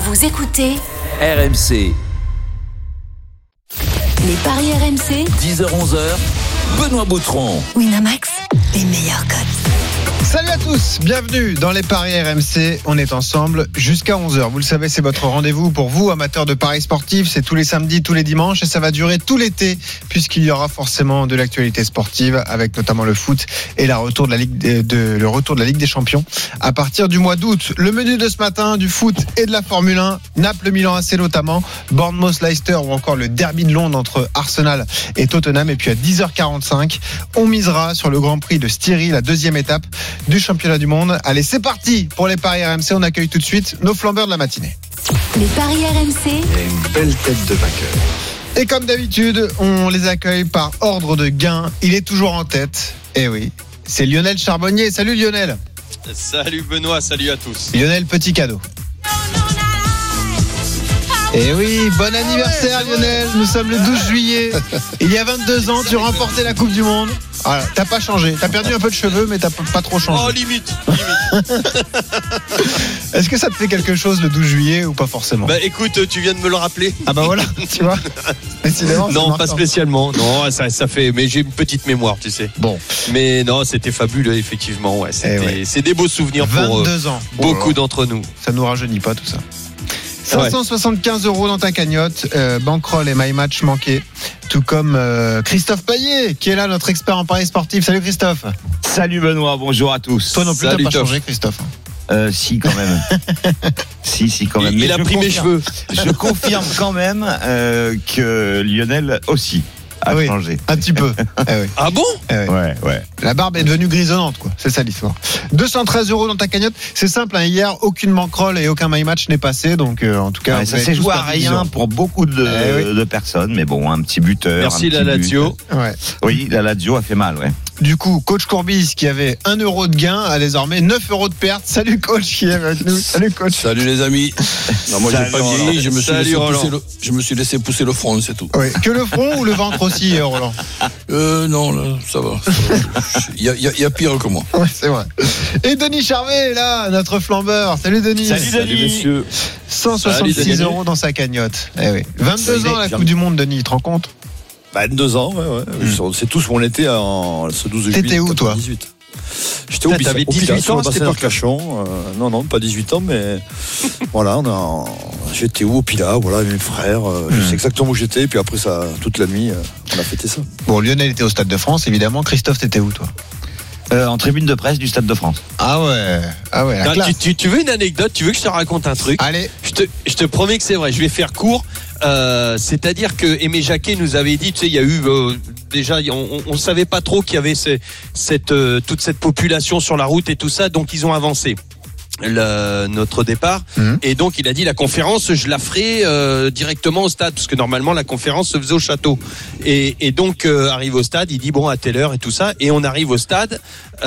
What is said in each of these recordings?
Vous écoutez RMC. Les paris RMC. 10h-11h. Benoît Boutron. Winamax, les meilleurs codes. Salut à tous, bienvenue dans les paris RMC. On est ensemble jusqu'à 11h. Vous le savez, c'est votre rendez-vous pour vous, amateurs de paris sportifs. C'est tous les samedis, tous les dimanches et ça va durer tout l'été puisqu'il y aura forcément de l'actualité sportive avec notamment le foot et le retour de la Ligue des Champions à partir du mois d'août. Le menu de ce matin, du foot et de la Formule 1, Naples-Milan AC notamment, Bournemouth-Leicester ou encore le derby de Londres entre Arsenal et Tottenham. Et puis à 10h45, on misera sur le Grand Prix de Styrie, la deuxième étape du championnat du monde. Allez, c'est parti pour les paris RMC. On accueille tout de suite nos flambeurs de la matinée. Les paris RMC. Et une belle tête de vainqueur. Et comme d'habitude, on les accueille par ordre de gain. Il est toujours en tête. Eh oui, c'est Lionel Charbonnier. Salut Lionel. Salut Benoît, salut à tous. Lionel, petit cadeau. Et oui, bon anniversaire Lionel, nous sommes le 12 juillet. Il y a 22 ans, tu remportais la Coupe du Monde. Voilà, t'as pas changé, t'as perdu un peu de cheveux, mais t'as pas trop changé. Oh, limite. Est-ce que ça te fait quelque chose le 12 juillet ou pas forcément? Bah écoute, tu viens de me le rappeler. Ah bah voilà, tu vois. Décidément, non, pas spécialement. Non, ça fait. Mais j'ai une petite mémoire, tu sais. Bon. Mais non, c'était fabuleux, effectivement. Ouais, ouais. C'est des beaux souvenirs pour 22 ans. Beaucoup d'entre nous. Ça nous rajeunit pas tout ça. 575 € dans ta cagnotte, bankroll et my match manqué, tout comme Christophe Payet qui est là, notre expert en paris sportif. Salut Christophe. Salut Benoît, bonjour à tous. Toi non plus t'as pas changé Christophe. Si quand même. si quand même. Il a pris mes cheveux. Je confirme quand même que Lionel aussi a changé. Un petit peu. Oui. Ah bon? Ouais. La barbe est devenue grisonnante, quoi. C'est ça l'histoire. 213 € dans ta cagnotte. C'est simple, hein. Hier, aucune bankroll et aucun my match n'est passé. Donc, en tout cas, ça s'est joué à rien pour beaucoup de personnes. Mais bon, un petit buteur. Merci la Lazio. Ouais. Oui, la Lazio a fait mal, ouais. Du coup, coach Courbis qui avait 1 € de gain a désormais 9 € de perte. Salut coach qui est avec nous. Salut coach. Salut les amis. Non, moi j'ai pas vieilli, je me suis laissé pousser le front, c'est tout. Oui. Que le front ou le ventre aussi, Roland? Non, là, ça va. Il y a pire que moi. Ouais, c'est vrai. Et Denis Charvet est là, notre flambeur. Salut Denis. Salut messieurs. 166 € dans sa cagnotte. Eh oui. 22 ans la Coupe du Monde, Denis, tu te rends compte? 22 ans, ouais. C'est tout ce qu'on était ce 12 juillet. T'étais où, toi? J'étais au T'avais 18 ans à cette époque. Cachon. Non, pas 18 ans, mais voilà, j'étais où au Pilat, voilà, mes frères. Je sais exactement où j'étais, puis après ça, toute la nuit, on a fêté ça. Bon, Lionel était au Stade de France, évidemment. Christophe, t'étais où, toi? En tribune de presse du Stade de France. Ah ouais, la classe. Tu veux une anecdote? Tu veux que je te raconte un truc? Allez. Je te promets que c'est vrai. Je vais faire court. C'est-à-dire que Aimé Jacquet nous avait dit, tu sais, il y a eu déjà, on savait pas trop qu'il y avait toute cette population sur la route et tout ça, donc ils ont avancé notre départ et donc il a dit la conférence je la ferai directement au stade parce que normalement la conférence se faisait au château et donc arrive au stade, il dit bon à telle heure et tout ça et on arrive au stade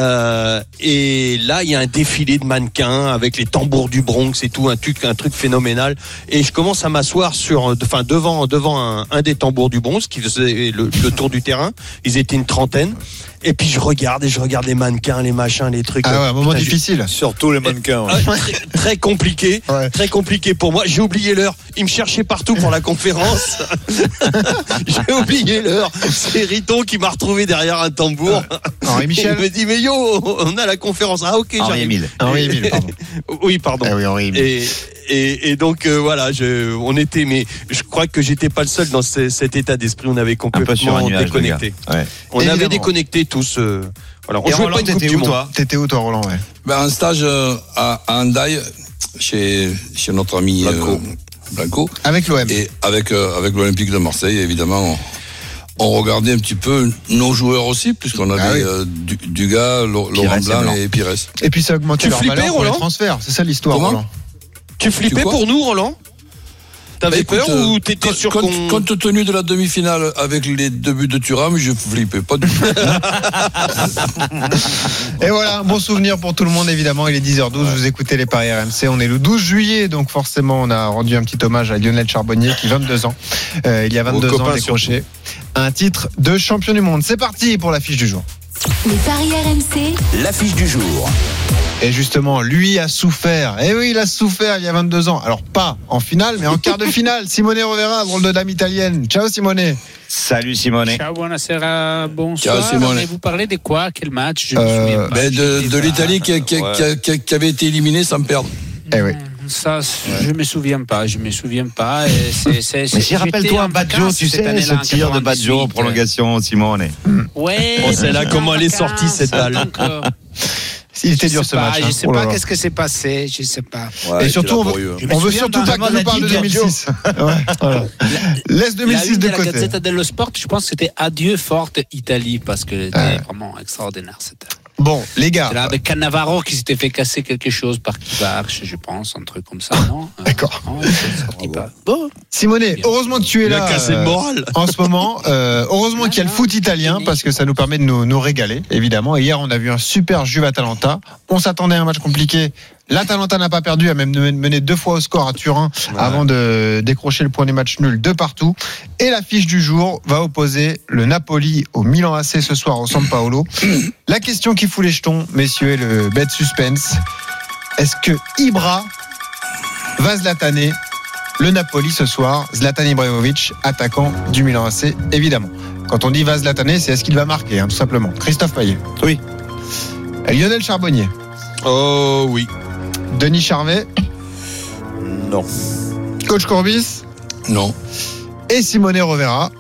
et là il y a un défilé de mannequins avec les tambours du Bronx et tout, un truc phénoménal et je commence à m'asseoir devant un des tambours du Bronx qui faisait le tour du terrain. Ils étaient une trentaine. Et puis je regarde les mannequins, les machins, les trucs. Ah ouais, un moment difficile. Surtout les mannequins. Ouais. Très compliqué, très compliqué pour moi. J'ai oublié l'heure. Ils me cherchaient partout pour la conférence. J'ai oublié l'heure. C'est Riton qui m'a retrouvé derrière un tambour. Henri Michel. Il me dit mais yo, on a la conférence. Ah ok. Henri Émile, pardon. Oui, pardon. Ah oui, Henri Émile. Et donc voilà, on était, mais je crois que j'étais pas le seul dans cet état d'esprit. On avait complètement déconnecté. Ouais. On avait déconnecté tous. Voilà. On et jouait Roland, pas une Coupe du Monde. T'étais où toi, Roland? Un stage à Hendaye chez notre ami Blanco. Avec l'OM. Et avec l'Olympique de Marseille, évidemment. On regardait un petit peu nos joueurs aussi, puisqu'on avait Dugas, Laurent Blanc et Pires. Et puis ça augmentait leur valeur pour les transferts. C'est ça l'histoire, Roland. Tu flippais pour nous, Roland? T'avais peur ou t'étais sûr qu'on... Compte tenu de la demi-finale avec les 2 buts de Thuram, je flippais pas du tout. Et voilà, un bon souvenir pour tout le monde, évidemment. Il est 10h12, vous écoutez les paris RMC. On est le 12 juillet, donc forcément, on a rendu un petit hommage à Lionel Charbonnier, qui 22 ans. Il y a 22 ans, décroché un titre de champion du monde. C'est parti pour l'affiche du jour. Les paris RMC. L'affiche du jour. Et justement, lui a souffert. Eh oui, il a souffert il y a 22 ans. Alors, pas en finale, mais en quart de finale. Simone Rovera, drôle de dame italienne. Ciao, Simone. Salut Simone. Ciao, buonasera, bonsoir. Ciao, Simone. Et vous parlez de quoi? Quel match? Je me souviens pas. De l'Italie qui avait été éliminée sans perdre. Eh oui. Ça, je me souviens pas. Je me souviens pas. Mais si rappelle-toi Baggio, tu sais, ce tir de Baggio en prolongation, Simone. Ouais. On sait là comment elle est sortie, cette balle. Donc, Il était dur ce match. Je sais Oh là pas là. qu'est-ce que s'est passé. Je sais pas. Ouais, Et surtout, on veut surtout pas que tu nous parles de 2006. Ouais, voilà. Laisse La 2006 une de de la côté. Gazzetta dello Sport, je pense que c'était Adieu forte Italie parce que c'était vraiment extraordinaire. C'était Bon, les gars. là avec Cannavaro qui s'était fait casser quelque chose par Kibarch, je pense, un truc comme ça, non? D'accord. Non, c'est sorti pas. Bon, Simone, heureusement que tu es Il a là cassé le moral. en ce moment. Heureusement qu'il y a le foot italien parce que ça nous permet de nous régaler, évidemment. Et hier, on a vu un super Juve-Atalanta. On s'attendait à un match compliqué. L'Atalanta n'a pas perdu, a même mené 2 fois au score à Turin avant de décrocher le point des matchs nuls de partout. Et l'affiche du jour va opposer le Napoli au Milan AC ce soir au San Paolo. La question qui fout les jetons, messieurs, et le bet suspense. Est-ce que Ibra va zlataner le Napoli ce soir? Zlatan Ibrahimovic, attaquant du Milan AC, évidemment. Quand on dit va zlataner, c'est est-ce qu'il va marquer, tout simplement. Christophe Payet. Oui. Lionel Charbonnier. Oh oui. Denis Charvet. Non. Coach Courbis. Non. Et Simone Rovera.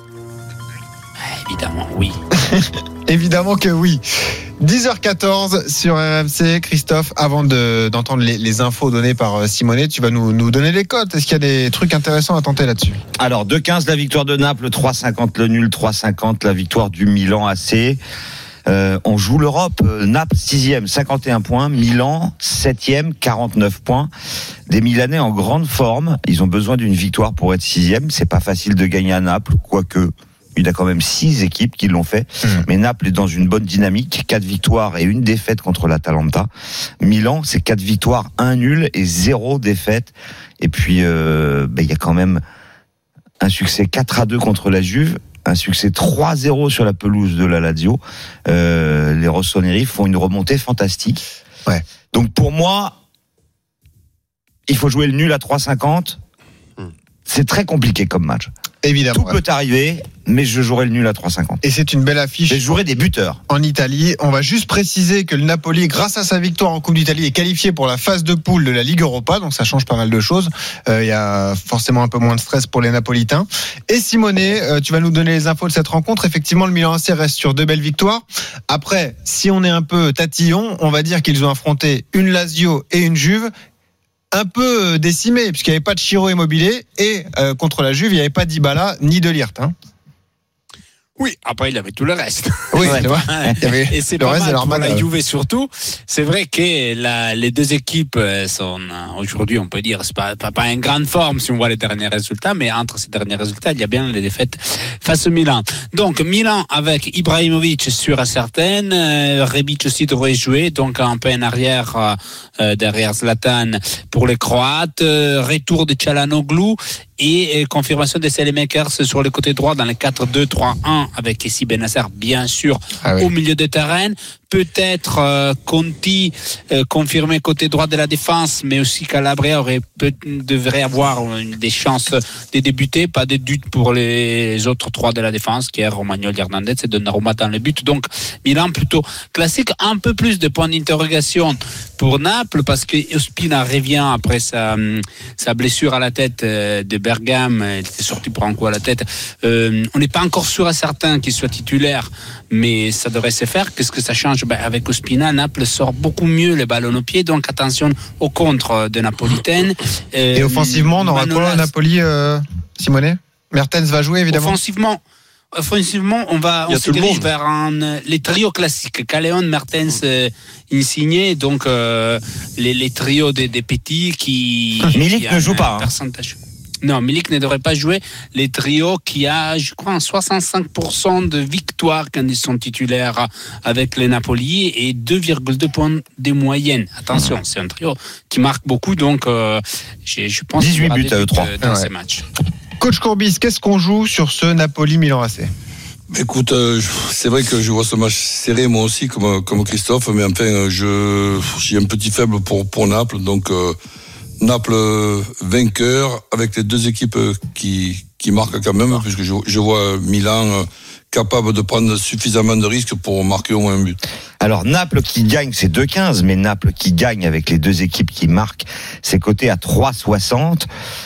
évidemment, oui. Évidemment que oui. 10h14 sur RMC. Christophe, avant d'entendre les infos données par Simone, tu vas nous donner les cotes. Est-ce qu'il y a des trucs intéressants à tenter là-dessus? Alors, 2,15 la victoire de Naples, 3,50 le nul, 3,50 la victoire du Milan AC. On joue l'Europe. Naples 6e, 51 points. Milan 7e, 49 points. Des Milanais en grande forme. Ils ont besoin d'une victoire pour être 6e. C'est pas facile de gagner à Naples, quoique il y a quand même 6 équipes qui l'ont fait. Mais Naples est dans une bonne dynamique. 4 victoires et 1 défaite contre l'Atalanta. Milan, c'est 4 victoires, 1 nul et 0 défaite. Et puis, il y a quand même un succès 4-2 contre la Juve. Un succès 3-0 sur la pelouse de la Lazio. Les Rossoneri font une remontée fantastique. Ouais. Donc pour moi, il faut jouer le nul à 3,50. C'est très compliqué comme match. Évidemment. Tout peut arriver, mais je jouerai le nul à 3,50. Et c'est une belle affiche. Je jouerai des buteurs. En Italie, on va juste préciser que le Napoli, grâce à sa victoire en Coupe d'Italie, est qualifié pour la phase de poule de la Ligue Europa, donc ça change pas mal de choses. Il y a forcément un peu moins de stress pour les Napolitains. Et Simone, tu vas nous donner les infos de cette rencontre. Effectivement, le Milan AC reste sur 2 belles victoires. Après, si on est un peu tatillon, on va dire qu'ils ont affronté une Lazio et une Juve un peu décimés, puisqu'il n'y avait pas de Ciro Immobilier, et contre la Juve, il n'y avait pas d'Ibala ni de Ligt. Oui, après il avait tout le reste. Oui, Ouais. c'est vrai. Il y avait Et c'est le pas reste de mal pour l'armada. la Juve surtout. C'est vrai que les deux équipes sont aujourd'hui, on peut dire, c'est pas en grande forme si on voit les derniers résultats, mais entre ces derniers résultats, il y a bien les défaites face au Milan. Donc Milan avec Ibrahimovic sûr et certain, Rebic aussi devrait jouer, donc un peu en arrière derrière Zlatan pour les Croates, retour de Çalhanoğlu et confirmation de Selemakers sur le côté droit dans le 4-2-3-1 avec Essi Benasser bien sûr au milieu de terrain. Peut-être Conti confirmé côté droit de la défense, mais aussi Calabria devrait avoir des chances de débuter, pas de doute pour les autres 3 de la défense qui est Romagnoli, Hernandez et Donnarumma dans le but. Donc Milan plutôt classique, un peu plus de points d'interrogation pour Naples parce que Ospina revient après sa blessure à la tête de Bergame. Il était sorti pour un coup à la tête. On n'est pas encore sûr à certain qu'il soit titulaire, mais ça devrait se faire. Qu'est-ce que ça change? Avec Ospina, Naples sort beaucoup mieux les ballons au pied, donc attention au contre de Napolitaine. Et offensivement, on aura quoi Napoli, Simone? Mertens va jouer évidemment. Offensivement, on se dirige vers les trios classiques. Callejon, Mertens, Insigne, donc les trios des petits qui. Milik ne joue pas. Non, Milik ne devrait pas jouer. Les trios qui a, je crois, 65% de victoires quand ils sont titulaires avec les Napoli et 2,2 points de moyenne. Attention, c'est un trio qui marque beaucoup, donc je pense 18 buts à eux 3 dans ces matchs. Coach Courbis, qu'est-ce qu'on joue sur ce Napoli-Milan AC? Écoute, c'est vrai que je vois ce match serré moi aussi comme Christophe, mais enfin j'ai un petit faible pour Naples, donc Naples vainqueur avec les deux équipes qui marquent quand même, puisque je vois Milan capable de prendre suffisamment de risques pour marquer au moins un but. Alors Naples qui gagne, c'est 2,15, mais Naples qui gagne avec les deux équipes qui marquent, c'est coté à 3,60.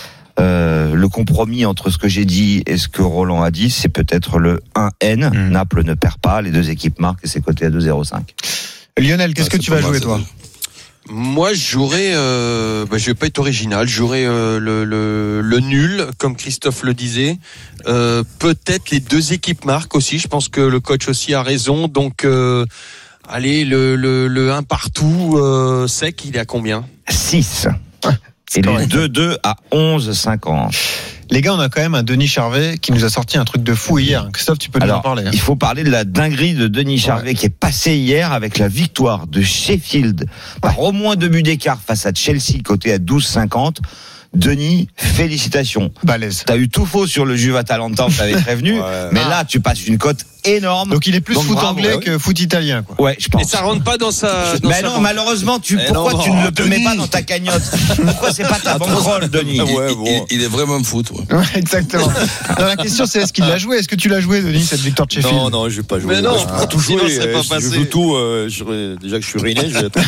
Le compromis entre ce que j'ai dit et ce que Roland a dit, c'est peut-être le 1N. Naples ne perd pas, les deux équipes marquent et c'est coté à 2,05. Lionel, qu'est-ce que tu vas jouer toi ? Moi, je jouerais, je vais pas être original, je jouerais le nul, comme Christophe le disait. Peut-être les deux équipes marquent aussi. Je pense que le coach aussi a raison. Donc, allez, le 1 partout sec, il est à combien ? 6. Et les 2-2 à 11,50. Les gars, on a quand même un Denis Charvet qui nous a sorti un truc de fou hier. Christophe, tu peux nous en parler. Il faut parler de la dinguerie de Denis Charvet qui est passé hier avec la victoire de Sheffield par au moins 2 buts d'écart face à Chelsea, coté à 12,50. Denis, félicitations. Balèze. T'as eu tout faux sur le Juve Atalanta, on t'avait prévenu, mais là, tu passes une cote énorme. Donc il est plus foot bravo, anglais que foot italien, quoi. Ouais, je pense. Et ça rentre pas dans sa. Mais non, malheureusement, pourquoi tu ne le mets pas dans ta cagnotte ? Pourquoi c'est pas ta banquerolle, Denis ? Il est vraiment foot. Ouais, exactement. Alors, la question, c'est est-ce qu'il l'a joué ? Est-ce que tu l'as joué, Denis, cette victoire de Sheffield ? Non, je vais pas jouer. Mais non, je peux pas tout jouer. pas Je joue tout. Déjà que je suis ruiné, je vais être.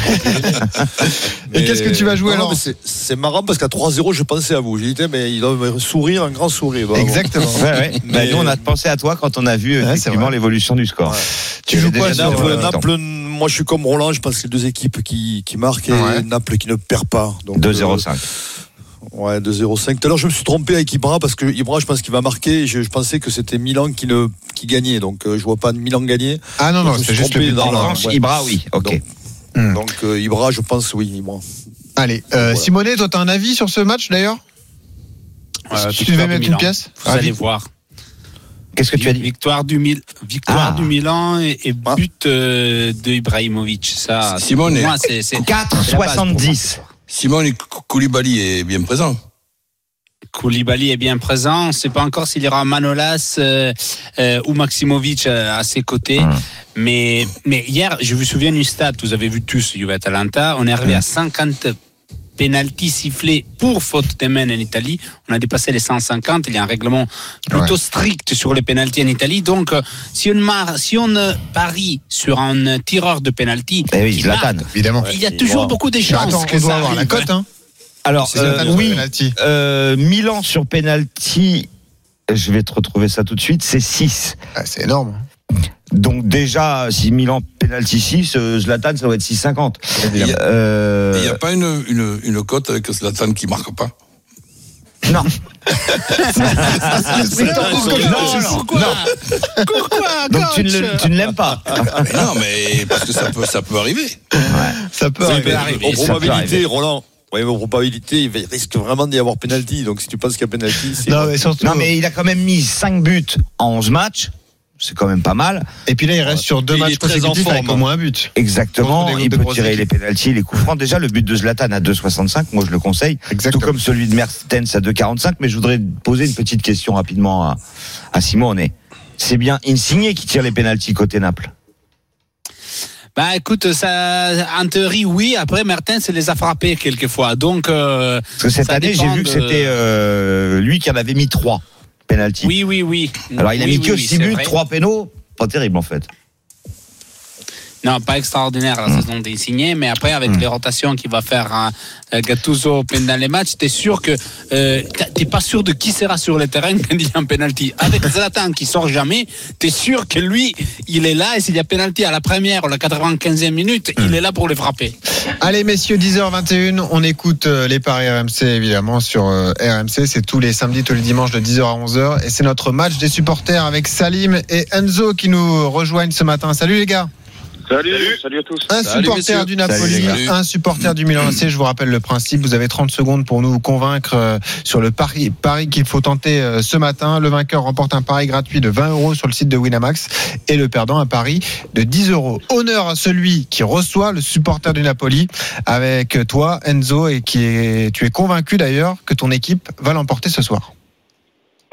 Et qu'est-ce que tu vas jouer alors ? C'est marrant parce qu'à 3-0, je pensais à vous. J'ai dit, mais il doit me sourire, un grand sourire. Exactement. Mais nous, on a pensé à toi quand on a vu effectivement l'évolution du score. Tu joues quoi Naples, moi je suis comme Roland, je pense que c'est deux équipes qui marquent et Naples qui ne perd pas. 2,05. Ouais, 2,05. Tout à l'heure, je me suis trompé avec Ibra parce que Ibra, je pense qu'il va marquer. Je pensais que c'était Milan qui gagnait, donc je vois pas Milan gagner. Ah non, c'est juste le dans Ibra, oui. Ok. Donc Ibra, je pense oui. Ibra. Allez, Simonet, toi, t'as un avis sur ce match d'ailleurs ? Tu devais mettre une pièce ? Vous allez voir. Qu'est-ce que tu as dit ? Victoire du Milan et but de Ibrahimovic. Ça, Simone, moi, c'est 4,70. Simone Koulibaly est bien présent. Koulibaly est bien présent. On ne sait pas encore s'il y aura Manolas ou Maximovic à ses côtés. Mais hier, je me souviens du stade. Vous avez vu tous Juve Atalanta. On est arrivé à 50 pénalty sifflé pour faute de main en Italie. On a dépassé les 150. Il y a un règlement plutôt strict sur les pénaltys en Italie. Donc, si on parie sur un tireur de pénalty, évidemment, il y a toujours beaucoup de chances. Attends, on doit avoir la cote, hein. Alors, Milan sur pénalty, je vais te retrouver ça tout de suite, c'est 6. Ah, c'est énorme. Donc déjà, si Milan pénalty 6, Zlatan, ça va être 6,50. Il n'y a pas une cote avec Zlatan qui marque pas. Non. Pourquoi Donc tu ne l'aimes pas. Non, mais parce que ça peut arriver. Ça peut arriver. En probabilité, Roland. Aux probabilités, il risque vraiment d'y avoir pénalty. Donc si tu penses qu'il y a pénalty, c'est. Non, mais il a quand même mis 5 buts en 11 matchs. C'est quand même pas mal. Et puis là, il reste sur 2 matchs consécutifs avec au moins un but. Exactement. Il peut tirer les pénaltys, les coups francs. Déjà, le but de Zlatan à 2,65, moi je le conseille. Exactement. Tout comme celui de Mertens à 2,45. Mais je voudrais poser une petite question rapidement à Simone. C'est bien Insigne qui tire les pénaltys côté Naples. Bah écoute, ça, en théorie oui. Après Mertens les a frappés quelquefois. Donc parce que cette année, j'ai vu que c'était lui qui en avait mis 3 pénalty. Oui. Alors il a mis que 6 buts, 3 pénaux, pas terrible en fait. Non, pas extraordinaire la saison d'Insigne, mais après avec les rotations qu'il va faire Gattuso pendant les matchs, t'es sûr que t'es pas sûr de qui sera sur le terrain quand il y a un penalty. Avec Zlatan qui sort jamais, t'es sûr que lui, il est là et s'il y a penalty à la première ou la 95e minute, il est là pour les frapper. Allez messieurs, 10h21, on écoute les paris RMC évidemment sur RMC, c'est tous les samedis, tous les dimanches de 10h à 11h et c'est notre match des supporters avec Salim et Enzo qui nous rejoignent ce matin. Salut les gars. Salut à tous. Un supporter du Napoli, un supporter du Milan AC. Je vous rappelle le principe. Vous avez 30 secondes pour nous convaincre sur le pari qu'il faut tenter ce matin. Le vainqueur remporte un pari gratuit de 20 € sur le site de Winamax et le perdant un pari de 10 €. Honneur à celui qui reçoit le supporter du Napoli avec toi, Enzo, et tu es convaincu d'ailleurs que ton équipe va l'emporter ce soir.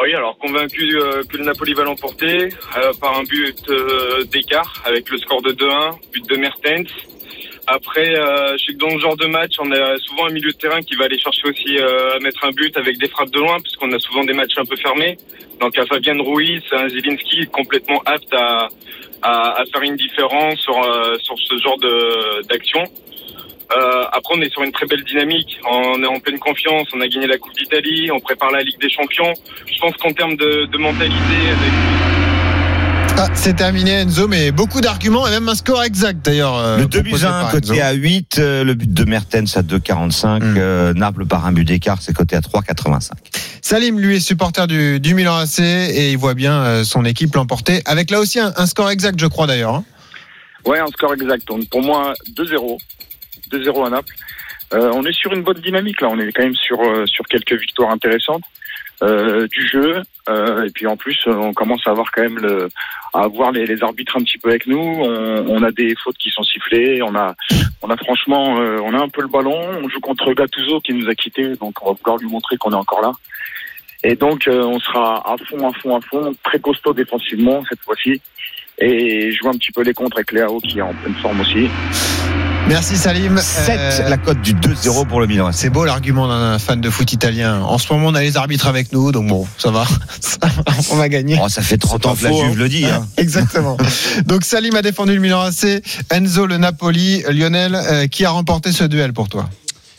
Oui, alors convaincu que le Napoli va l'emporter par un but d'écart avec le score de 2-1, but de Mertens. Après, je sais que dans ce genre de match, on a souvent un milieu de terrain qui va aller chercher aussi à mettre un but avec des frappes de loin, puisqu'on a souvent des matchs un peu fermés. Donc à Fabien Ruiz, un Zielinski complètement apte à faire une différence sur ce genre d'action. Après, on est sur une très belle dynamique. On est en pleine confiance. On a gagné la Coupe d'Italie. On prépare la Ligue des Champions. Je pense qu'en termes de mentalité, c'est terminé, Enzo, mais beaucoup d'arguments et même un score exact d'ailleurs. Le 2-1 côté à 8, le but de Mertens à 2,45, Naples par un but d'écart, c'est coté à 3,85. Salim, lui, est supporter du Milan AC et il voit bien son équipe l'emporter avec là aussi un score exact, je crois d'ailleurs. Hein. Ouais, un score exact. Pour moi, 2-0 à Naples. On est sur une bonne dynamique là. On est quand même sur quelques victoires intéressantes du jeu. Et puis en plus, on commence à avoir quand même à avoir les arbitres un petit peu avec nous. On a des fautes qui sont sifflées. On a franchement, on a un peu le ballon. On joue contre Gattuso qui nous a quittés, donc on va pouvoir lui montrer qu'on est encore là. Et donc on sera à fond, très costaud défensivement cette fois-ci. Et jouer un petit peu les contres avec Léao qui est en pleine forme aussi. Merci Salim. 7, la cote du 2-0 pour le Milan. C'est beau l'argument d'un fan de foot italien. En ce moment, on a les arbitres avec nous, donc bon, ça va. On va gagner. Oh, ça fait 30 ans que la Juve le dit. Hein. Exactement. Donc Salim a défendu le Milan AC, Enzo le Napoli. Lionel, qui a remporté ce duel pour toi?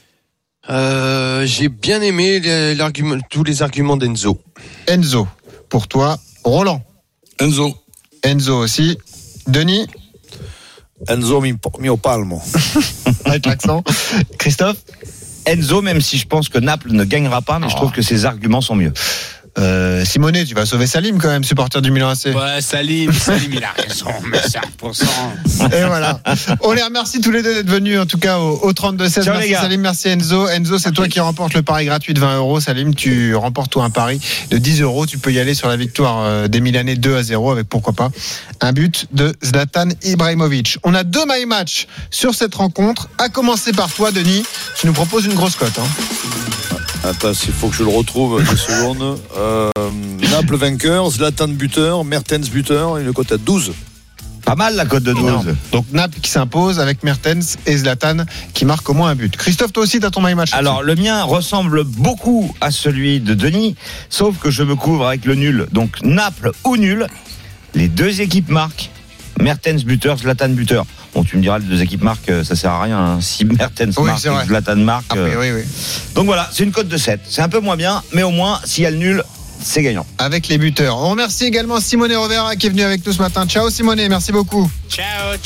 J'ai bien aimé tous les arguments d'Enzo. Enzo, pour toi. Roland? Enzo aussi. Denis? Enzo mio palmo. Avec l'accent. Christophe? Enzo, même si je pense que Naples ne gagnera pas, mais je trouve que ses arguments sont mieux. Simone, tu vas sauver Salim quand même, supporter du Milan AC. Ouais, Salim, il a raison, mais 5%. Et voilà. On les remercie tous les deux d'être venus, en tout cas, au 32-16. Merci Salim, merci Enzo. Enzo, c'est toi qui remporte le pari gratuit de 20 €. Salim, tu remportes toi un pari de 10 €. Tu peux y aller sur la victoire des Milanais 2-0 avec pourquoi pas un but de Zlatan Ibrahimovic. On a 2 my match sur cette rencontre. À commencer par toi, Denis. Tu nous proposes une grosse cote. Attends, il faut que je le retrouve 2 secondes. Naples vainqueur, Zlatan buteur, Mertens buteur, une cote à 12. Pas mal la cote de 12. Non. Donc Naples qui s'impose avec Mertens et Zlatan qui marque au moins un but. Christophe, toi aussi, tu as ton my match. Alors, le mien ressemble beaucoup à celui de Denis, sauf que je me couvre avec le nul. Donc, Naples ou nul, les deux équipes marquent. Mertens buteur, Zlatan buteur. Bon, tu me diras, les deux équipes marquent, ça sert à rien. Hein. Si Mertens marque et Zlatan marque. Oui. Donc voilà, c'est une cote de 7. C'est un peu moins bien, mais au moins, s'il y a le nul, c'est gagnant. Avec les buteurs. On remercie également Simone Rovera qui est venu avec nous ce matin. Ciao Simone, merci beaucoup. Ciao.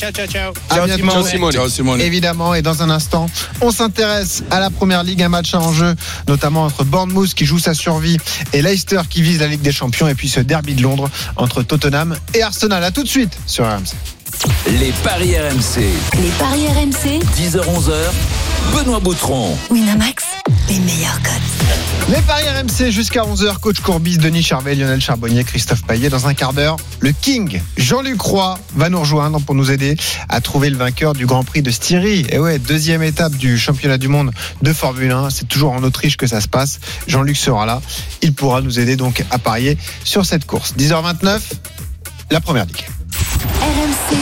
Ciao Simone. Évidemment, et dans un instant, on s'intéresse à la Première Ligue, un match en jeu, notamment entre Bournemouth qui joue sa survie et Leicester qui vise la Ligue des Champions, et puis ce derby de Londres entre Tottenham et Arsenal. À tout de suite sur RMC. Les paris RMC. Les paris RMC. 10h-11h. Benoît Boutron. Winamax, les meilleurs cotes. Les paris RMC jusqu'à 11h. Coach Courbis, Denis Charvet, Lionel Charbonnier, Christophe Payet. Dans un quart d'heure, le King Jean-Luc Roy va nous rejoindre pour nous aider à trouver le vainqueur du Grand Prix de Styrie. Et ouais, 2e étape du championnat du monde de Formule 1. C'est toujours en Autriche que ça se passe. Jean-Luc sera là. Il pourra nous aider donc à parier sur cette course. 10h29, la Première Ligue. RMC.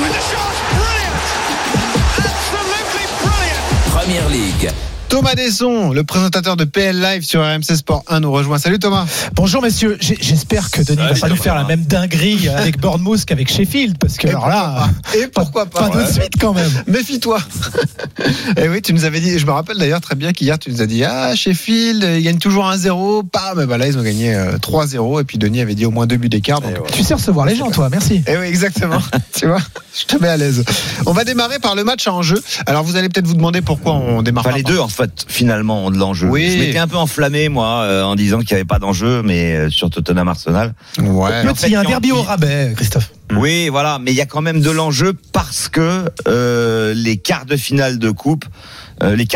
Première Ligue. Thomas Desson, le présentateur de PL Live sur RMC Sport 1 nous rejoint. Salut Thomas. Bonjour messieurs, j'espère que Denis va pas nous faire la même dinguerie avec Bournemouth qu'avec Sheffield, parce que alors là, et pourquoi pas, tout de suite quand même. Méfie-toi. Et oui, tu nous avais dit, je me rappelle d'ailleurs très bien qu'hier tu nous as dit, Sheffield, ils gagnent toujours 1-0, mais là ils ont gagné 3-0, et puis Denis avait dit au moins 2 buts d'écart. Donc... Tu sais recevoir les gens toi, merci. Et oui, exactement. Tu vois, je te mets à l'aise. On va démarrer par le match à enjeu. Alors vous allez peut-être vous demander pourquoi on démarre pas. Les deux en fait. Finalement, de l'enjeu. Oui. Je m'étais un peu enflammé, moi, en disant qu'il n'y avait pas d'enjeu, mais sur Tottenham Arsenal. Ouais. Il y a un derby au rabais, Christophe. Oui, voilà, mais il y a quand même de l'enjeu parce que les quarts de finale de coupe Les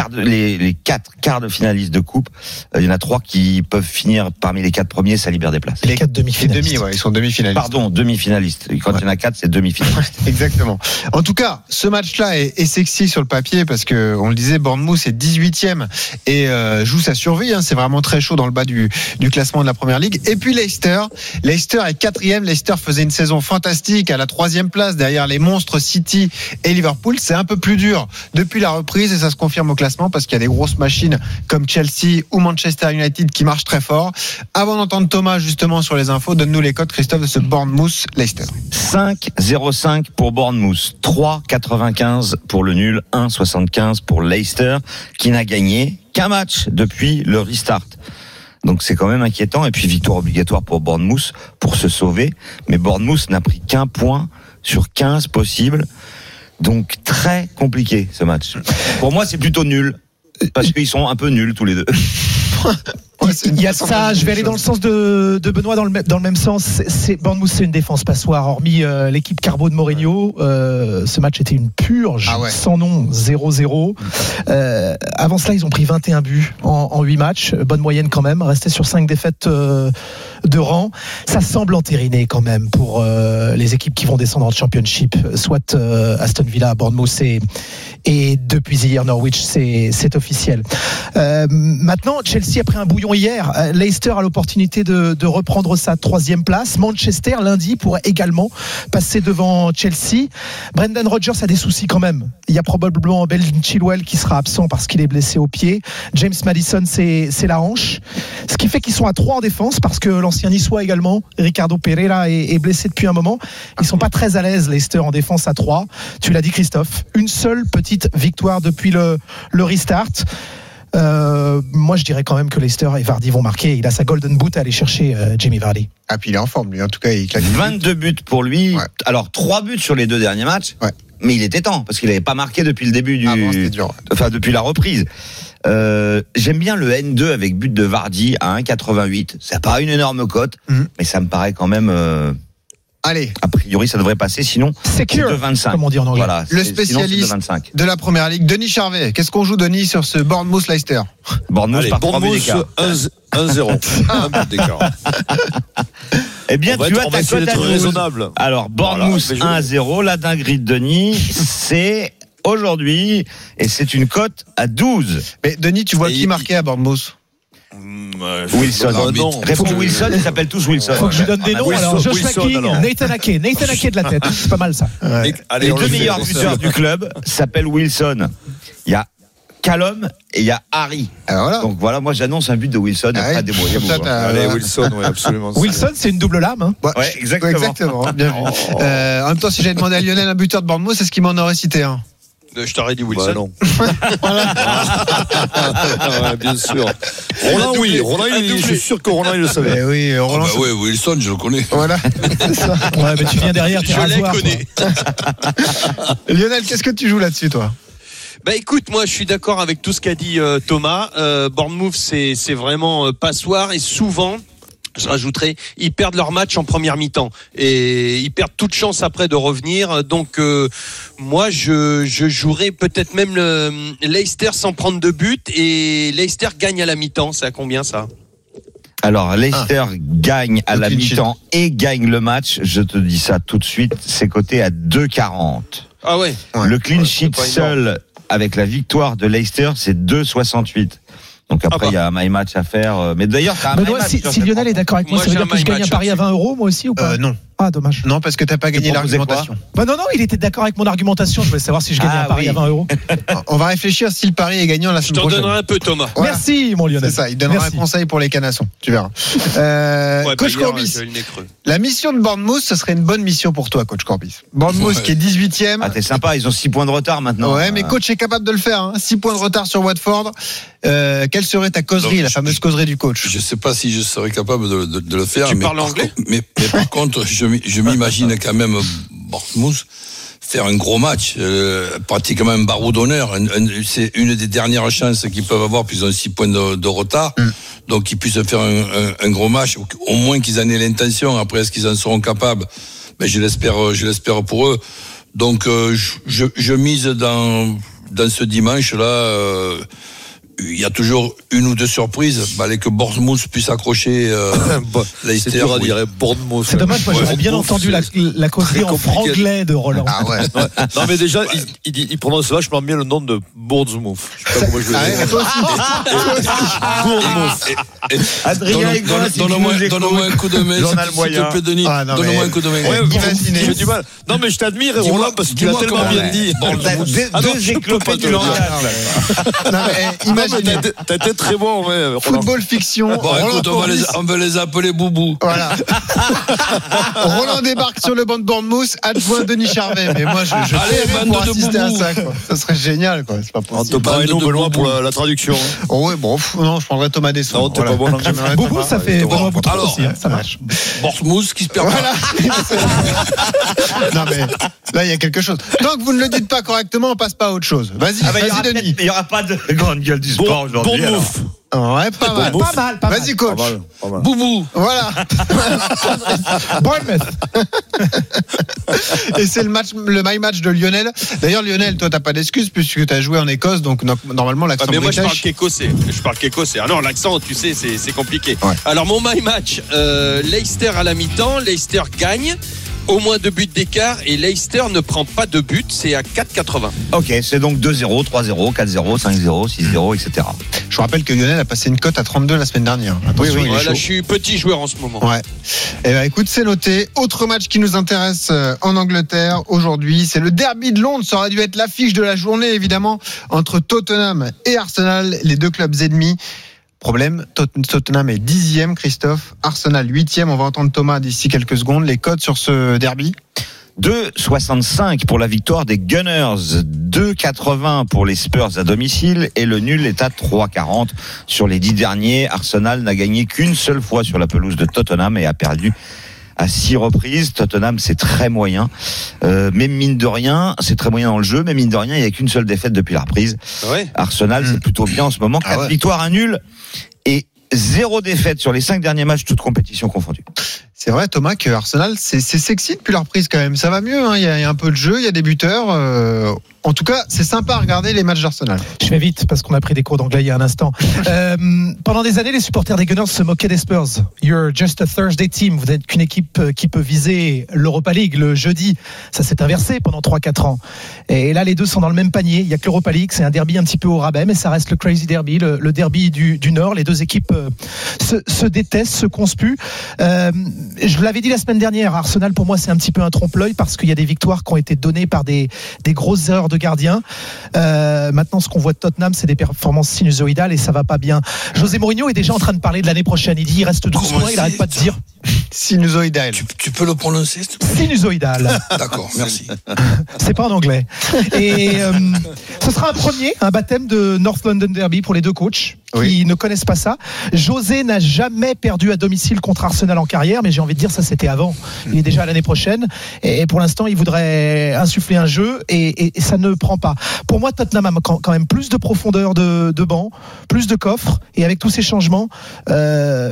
4 quarts de finalistes de coupe, il y en a 3 qui peuvent finir parmi les 4 premiers, ça libère des places. Les 4 demi-finalistes. Ils sont demi-finalistes. Pardon, demi-finalistes. Quand il y en a 4, c'est demi-finalistes. Exactement. En tout cas, ce match-là est sexy sur le papier parce que on le disait, Bournemouth est 18e et joue sa survie. C'est vraiment très chaud dans le bas du classement de la Première Ligue. Et puis Leicester est 4e. Leicester faisait une saison fantastique à la 3e place derrière les monstres City et Liverpool. C'est un peu plus dur depuis la reprise et ça se confirme au classement parce qu'il y a des grosses machines comme Chelsea ou Manchester United qui marchent très fort. Avant d'entendre Thomas justement sur les infos, donne-nous les codes, Christophe, de ce Bournemouth-Leicester. 5,05 pour Bournemouth, 3,95 pour le nul, 1,75 pour Leicester qui n'a gagné qu'un match depuis le restart. Donc c'est quand même inquiétant. Et puis victoire obligatoire pour Bournemouth pour se sauver. Mais Bournemouth n'a pris qu'un point sur 15 possibles. Donc très compliqué ce match. Pour moi c'est plutôt nul. Parce qu'ils sont un peu nuls tous les deux. Il y a ça, je vais aller dans le sens de Benoît dans le même sens. Bournemouth, c'est une défense passoire. Hormis l'équipe Carbo de Mourinho, ce match était une purge, sans nom, 0-0. Avant cela, ils ont pris 21 buts en 8 matchs. Bonne moyenne quand même, resté sur 5 défaites de rang. Ça semble entériné quand même pour les équipes qui vont descendre en Championship, soit Aston Villa, Bournemouth et depuis hier Norwich, c'est officiel. Maintenant, Chelsea a pris un bouillon hier. Leicester a l'opportunité de reprendre sa 3e place. Manchester lundi pourrait également passer devant Chelsea. Brendan Rodgers a des soucis quand même. Il y a probablement Ben Chilwell qui sera absent parce qu'il est blessé au pied. James Maddison, c'est la hanche. Ce qui fait qu'ils sont à 3 en défense parce que l'ancien niçois également, Ricardo Pereira, est blessé depuis un moment. Ils sont pas très à l'aise, Leicester, en défense à 3. Tu l'as dit, Christophe. Une seule petite victoire depuis le restart. Moi je dirais quand même que Leicester et Vardy vont marquer. Il a sa golden boot à aller chercher, Jamie Vardy. Ah puis il est en forme lui, en tout cas il claque 22 buts pour lui. Alors 3 buts sur les 2 derniers matchs. Mais il était temps parce qu'il n'avait pas marqué depuis le début depuis la reprise. J'aime bien le N2 avec but de Vardy à 1,88. Ça paraît une énorme cote, mais ça me paraît quand même. Allez. A priori, ça devrait passer, sinon secure, 2,25. Comme on dit en anglais. Voilà, le spécialiste de la Première Ligue, Denis Charvet. Qu'est-ce qu'on joue, Denis, sur ce Bournemouth-Leicester? Bournemouth par 3 buts d'écart. 1-0. Un but d'écart. Eh bien, tu as ta cote à 12. Raisonnable. Alors, Bournemouth 1-0. La dinguerie de Denis, c'est aujourd'hui, et c'est une cote à 12. Mais Denis, tu vois qui marquait à Bournemouth? Wilson. Réponds Wilson, ils s'appellent tous Wilson. Faut que je donne des noms. Alors, Joshua King, Nathan Ake de la tête. C'est pas mal ça. Les 2 meilleurs buteurs du club s'appellent Wilson. Il y a Callum et il y a Harry. Voilà. Donc voilà, moi j'annonce un but de Wilson. Après débrouillez-vous. Allez, Wilson, oui, absolument. Wilson, c'est une double lame. Ouais, exactement. Bien vu. En même temps, si j'avais demandé à Lionel un buteur de Bournemouth, c'est ce qu'il m'en aurait cité un. Je t'aurais dit Wilson. Non. Ouais, bien sûr. Roland, oui. Roland, je suis sûr que Roland, il le savait. Oui, Roland. Oui, Wilson, je le connais. Voilà. Ouais, mais tu viens derrière, tu je les connais. Lionel, qu'est-ce que tu joues là-dessus, toi? Bah écoute, moi je suis d'accord avec tout ce qu'a dit Thomas. Bournemouth, c'est vraiment passoire et souvent. Je rajouterais, ils perdent leur match en première mi-temps et ils perdent toute chance après de revenir. Donc moi je jouerais peut-être même le Leicester sans prendre de but et Leicester gagne à la mi-temps. C'est à combien ça? Alors Leicester gagne à la mi-temps et gagne le match. Je te dis ça tout de suite. C'est coté à 2,40. Ah ouais. Le clean sheet seul avec la victoire de Leicester, c'est 2,68. Donc après, il y a un my match à faire. Mais d'ailleurs, t'as un my match. Si Lionel est d'accord avec moi, ça veut dire que je gagne un pari à 20 €, moi aussi, ou pas? Non. Ah, dommage. Non, parce que t'as pas gagné l'argumentation. Non, il était d'accord avec mon argumentation. Je voulais savoir si je gagnais un pari à 20 €. On va réfléchir si le pari est gagnant la semaine prochaine. Je t'en donnerai un peu, Thomas. Voilà. Merci, mon Lionel. C'est ça, il donnera un conseil pour les canassons. Tu verras. Coach Corbis, la mission de Bournemouth, ce serait une bonne mission pour toi, coach Corbis. Bournemouth qui est 18e. Ah, t'es sympa, ils ont 6 points de retard maintenant. Ouais, mais coach est capable de le faire. 6 points de retard sur Watford. Quelle serait ta causerie, la fameuse causerie du coach? Je sais pas si je serais capable de le faire. Tu parles anglais? Mais par contre, je m'imagine quand même Bournemouth faire un gros match, pratiquement un barreau d'honneur. C'est une des dernières chances qu'ils peuvent avoir, puisqu'ils ont 6 points de retard. Donc qu'ils puissent faire un gros match, au moins qu'ils en aient l'intention. Après, est-ce qu'ils en seront capables? Je l'espère pour eux. Donc je mise dans dans ce dimanche-là, il y a toujours une ou deux surprises. Fallait que Bournemouth puisse accrocher Leicester. C'est dur à dire, Bournemouth. C'est dommage, moi j'aurais bien entendu la causerie en franglais de Roland. Ah ouais. Non mais déjà, il prononce vachement bien le nom de Bournemouth. Je sais pas comment je vais dire. Toi aussi. Bournemouth. Adrien Aignan, si tu nous écoutes, donne-moi un coup de main, Journal s'il moyen. te plaît, Denis. Ah, non, Donne-moi mais- un coup de main. Ouais, imaginez. J'ai du mal. Non mais je t'admire, Roland, parce que tu l'as dis-moi tellement comment- bien dit. T'as deux éclopés du langage. Non, mais imaginez. T'as été très bon, ouais, Roland. Football fiction. Bon, Roland écoute, Courbis. on va les appeler Boubou. Voilà. Roland débarque sur le banc de Bournemouth, adjoint Denis Charvet. Mais moi, je Allez, paierais bande pour de assister à boubous. ça, quoi. Ça serait génial, quoi. C'est pas On te possible. prend Bande de Benoît pour boubous. la traduction. Oh, ouais, bon, non, je prendrais Thomas Desson. Non, t'es pas bon, non. J'aimerais Boubou, Thomas. ça fait Benoît Boutron Alors, aussi, hein, ça marche. Bournemouth qui se perd Voilà. pas. Non, mais là, il y a quelque chose. Tant que vous ne le dites pas correctement, on passe pas à autre chose. Vas-y, vas-y, Denis. Il n'y aura pas de grande gueule du sport aujourd'hui. alors. Bournemouth. Ouais, pas mal. Pas mal. Vas-y, coach. Pas mal. Boubou. Voilà. Bournemouth. Et c'est le my match de Lionel. D'ailleurs, Lionel, toi, t'as pas d'excuse puisque t'as joué en Écosse, donc normalement l'accent Ah, mais moi je parle british. qu'écossais. Ah non, l'accent, tu sais, c'est compliqué. Ouais. Alors mon my match, Leicester à la mi-temps, Leicester gagne. Au moins 2 buts d'écart et Leicester ne prend pas de but, c'est à 4,80. Ok, c'est donc 2-0, 3-0, 4-0, 5-0, 6-0, etc. Je vous rappelle que Lionel a passé une cote à 32 la semaine dernière. Attention, il est Voilà, chaud. je suis petit joueur en ce moment. Ouais. Eh ben, écoute, c'est noté. Autre match qui nous intéresse en Angleterre aujourd'hui, c'est le derby de Londres. Ça aurait dû être l'affiche de la journée, évidemment, entre Tottenham et Arsenal, les deux clubs ennemis. Problème, Tottenham est 10e, Christophe. Arsenal 8e. On va entendre Thomas d'ici quelques secondes. Les cotes sur ce derby. 2,65 pour la victoire des Gunners, 2,80 pour les Spurs à domicile et le nul est à 3,40 sur les 10 derniers. Arsenal n'a gagné qu'une seule fois sur la pelouse de Tottenham et a perdu à 6 reprises. Tottenham, c'est très moyen. Mais mine de rien, c'est très moyen dans le jeu, mais mine de rien, il n'y a qu'une seule défaite depuis la reprise. Ouais. Arsenal, c'est plutôt bien en ce moment. 4 victoires, un nul et 0 défaite sur les 5 derniers matchs, toutes compétitions confondues. C'est vrai, Thomas, que Arsenal, c'est sexy depuis la reprise quand même. Ça va mieux, hein. Il y a un peu de jeu, il y a des buteurs. En tout cas, c'est sympa à regarder les matchs d'Arsenal. Je fais vite parce qu'on a pris des cours d'anglais il y a un instant. Pendant des années, les supporters des Gunners se moquaient des Spurs. You're just a Thursday team. Vous n'êtes qu'une équipe qui peut viser l'Europa League le jeudi. Ça s'est inversé pendant 3-4 ans. Et là, les deux sont dans le même panier. Il n'y a que l'Europa League. C'est un derby un petit peu au rabais, mais ça reste le Crazy Derby, le derby du Nord. Les deux équipes se détestent, se conspuent. Je vous l'avais dit la semaine dernière, Arsenal, pour moi, c'est un petit peu un trompe-l'œil parce qu'il y a des victoires qui ont été données par des grosses erreurs de gardien. Maintenant, ce qu'on voit de Tottenham, c'est des performances sinusoïdales et ça va pas bien. José Mourinho est déjà en train de parler de l'année prochaine. Il dit il reste 12 mois, il n'arrête pas de dire Sinusoïdal. Tu peux le prononcer, s'il te plaît ? sinusoïdal. D'accord, merci. C'est pas en anglais. Et ce sera un baptême de North London Derby pour les deux coachs qui ne connaissent pas ça. José n'a jamais perdu à domicile contre Arsenal en carrière, mais j'ai envie de dire ça c'était avant. Il est déjà à l'année prochaine et pour l'instant il voudrait insuffler un jeu et ça ne prend pas. Pour moi, Tottenham a quand même plus de profondeur de banc, plus de coffre et avec tous ces changements, ça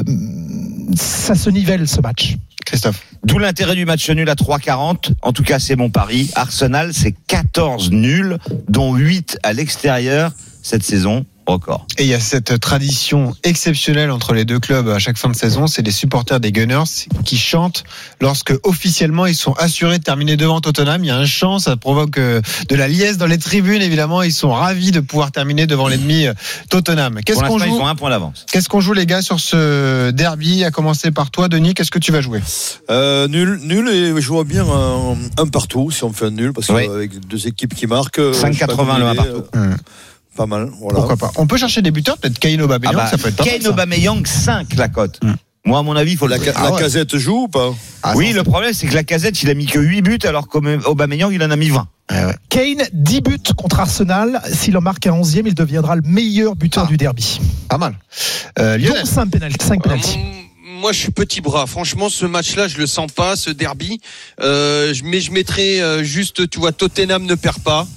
se nivelle ce match. Christophe. D'où l'intérêt du match nul à 3,40. En tout cas, c'est mon pari. Arsenal, c'est 14 nuls, dont 8 à l'extérieur cette saison. Record. Et il y a cette tradition exceptionnelle entre les deux clubs à chaque fin de saison, c'est les supporters des Gunners qui chantent lorsque officiellement ils sont assurés de terminer devant Tottenham. Il y a un chant, ça provoque de la liesse dans les tribunes évidemment. Ils sont ravis de pouvoir terminer devant l'ennemi Tottenham. Pour l'instant, ils ont un point d'avance. Qu'est-ce qu'on joue les gars sur ce derby? À commencer par toi, Denis. Qu'est-ce que tu vas jouer? Nul et je vois bien un partout si on fait un nul parce qu'avec deux équipes qui marquent 5,80 le 1 partout. Pas mal, voilà. Pourquoi pas? On peut chercher des buteurs, peut-être Kane Aubameyang, ça peut être pas mal. Kane Aubameyang 5 la cote. Moi, à mon avis, il faut la Casette joue ou pas? Oui, le problème, c'est que la Casette, il a mis que 8 buts, alors qu'Aubameyang, il en a mis 20. Kane, 10 buts contre Arsenal. S'il en marque un 11e, il deviendra le meilleur buteur du derby. Pas mal. Lionel. 5 pénaltys. Moi, je suis petit bras. Franchement, ce match-là, je le sens pas, ce derby. Mais je mettrais juste, tu vois, Tottenham ne perd pas.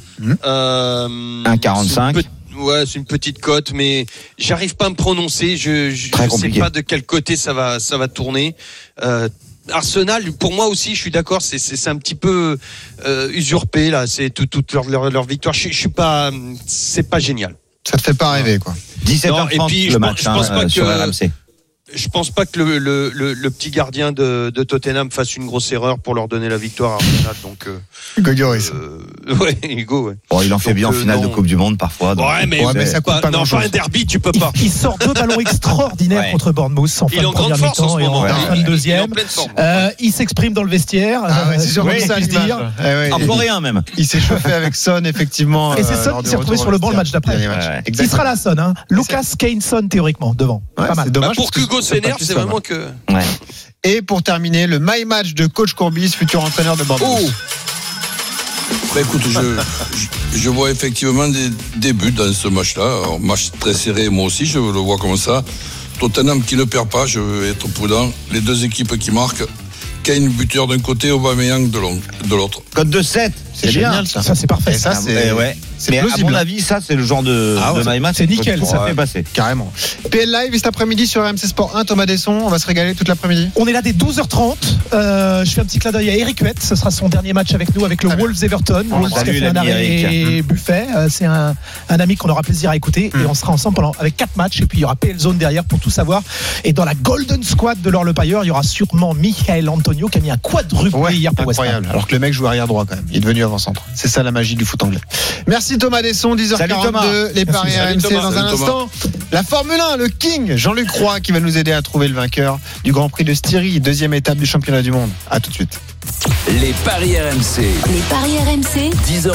1,45. Ouais, c'est une petite cote, mais j'arrive pas à me prononcer. Je sais pas de quel côté ça va tourner. Arsenal, pour moi aussi, je suis d'accord, c'est un petit peu usurpé là. C'est toute leur victoire. Je suis pas, c'est pas génial. Ça te fait pas rêver, quoi. 17h30 et puis, le match sur RMC. Je pense pas que le petit gardien de Tottenham fasse une grosse erreur pour leur donner la victoire à Arsenal. Donc Hugo Lloris. Ouais, Hugo. Ouais. Bon, il en fait bien en finale de Coupe du Monde parfois. Donc. Ouais, mais ça coûte pas grand-chose. Pas un derby, tu peux pas. Il sort 2 ballons extraordinaires contre Bournemouth en fin de première mi-temps et en fin de deuxième. Il s'exprime dans le vestiaire. C'est sûr que ça se dire. Un floréen même. Il s'est chauffé avec Son, effectivement. Et c'est Son qui s'est retrouvé sur le banc le match d'après. Il sera là, Son. Lucas Kane-Son théoriquement devant. Pas mal. C'est dommage. Pour qu'Hugo s'énerve, c'est vraiment que. Ouais. Et pour terminer, le My Match de coach Courbis, futur entraîneur de Bournemouth. Bah écoute, je vois effectivement des buts dans ce match-là. Alors, match très serré, moi aussi, je le vois comme ça. Tottenham qui ne perd pas, je vais être prudent. Les deux équipes qui marquent. Kane buteur d'un côté, Aubameyang de l'autre. Code de 7, c'est génial, bien. Ça c'est parfait. Et ça, c'est Mais plausible. à mon avis, ça c'est le genre de My Match. C'est nickel, ça fait passer. Carrément. PL Live cet après-midi sur RMC Sport 1, Thomas Desson, on va se régaler toute l'après-midi. On est là dès 12h30. Je fais un petit clin d'œil à Eric Huet. Ce sera son dernier match avec nous avec le Wolves Everton. Wolves qui a fait un arrêt buffet. C'est un ami qu'on aura plaisir à écouter. Et on sera ensemble avec 4 matchs. Et puis il y aura PL Zone derrière pour tout savoir. Et dans la Golden Squad de Laure Le Pailleur, il y aura sûrement Michael Antonio qui a mis un quadruplé hier pour West Ham. Incroyable. Alors que le mec joue arrière droit quand même. Il est devenu avant-centre. C'est ça la magie du foot anglais. Merci Thomas Desson, 10h42. Les paris RMC dans un instant. La Formule 1, le King, Jean-Luc Roy qui va nous aider à trouver le vainqueur du Grand Prix de Styrie, deuxième étape du championnat du monde. À tout de suite. Les paris RMC. Les paris RMC.